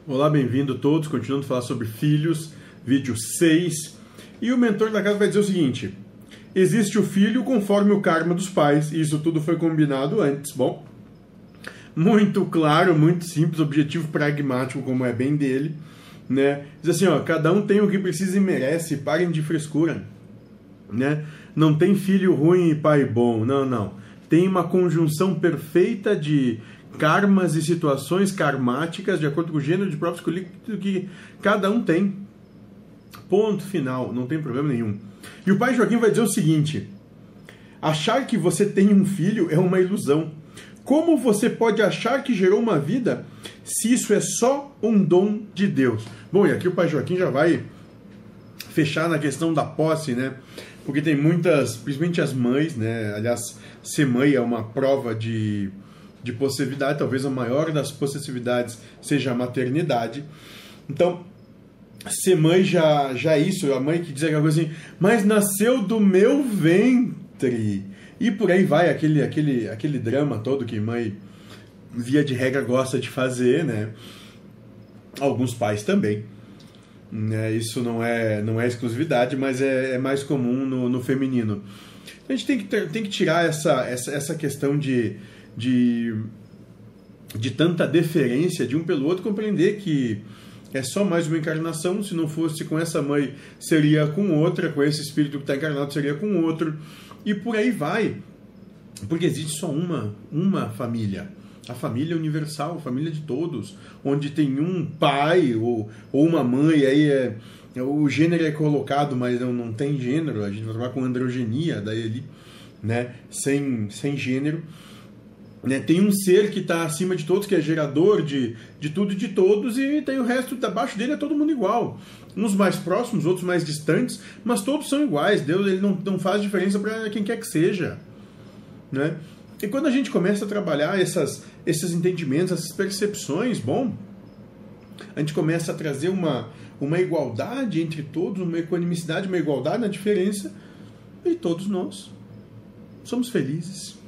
Olá, bem-vindo todos, continuando a falar sobre filhos, vídeo 6. E o mentor da casa vai dizer o seguinte: existe o filho conforme o karma dos pais, e isso tudo foi combinado antes. Bom, muito claro, muito simples, objetivo pragmático, como é bem dele, né? Diz assim, ó, cada um tem o que precisa e merece, parem de frescura, né? Não tem filho ruim e pai bom, não. Tem uma conjunção perfeita de karmas e situações karmáticas de acordo com o gênero de provas que cada um tem. Ponto final, não tem problema nenhum. E o pai Joaquim vai dizer o seguinte: achar que você tem um filho é uma ilusão. Como você pode achar que gerou uma vida se isso é só um dom de Deus? Bom, e aqui o pai Joaquim já vai fechar na questão da posse, né? Porque tem muitas, principalmente as mães, né? Aliás, ser mãe é uma prova de possessividade, talvez a maior das possessividades seja a maternidade. Então, ser mãe já é isso, a mãe que diz aquela coisa assim, mas nasceu do meu ventre. E por aí vai, aquele drama todo que mãe, via de regra, gosta de fazer, né? Alguns pais também. Isso não é exclusividade, mas é mais comum no feminino. A gente tem que tirar essa questão de tanta deferência de um pelo outro, compreender que é só mais uma encarnação. Se não fosse com essa mãe, seria com outra, com esse espírito que está encarnado, seria com outro, e por aí vai, porque existe só uma família. A família universal, a família de todos, onde tem um pai ou uma mãe, aí o gênero é colocado, mas não tem gênero, a gente vai trabalhar com androgenia, daí ali, né, sem gênero, né, tem um ser que está acima de todos, que é gerador de tudo e de todos, e tem o resto, abaixo dele é todo mundo igual, uns mais próximos, outros mais distantes, mas todos são iguais. Deus, ele não faz diferença para quem quer que seja, né? E quando a gente começa a trabalhar esses entendimentos, essas percepções, bom, a gente começa a trazer uma igualdade entre todos, uma equanimidade, uma igualdade na diferença, e todos nós somos felizes.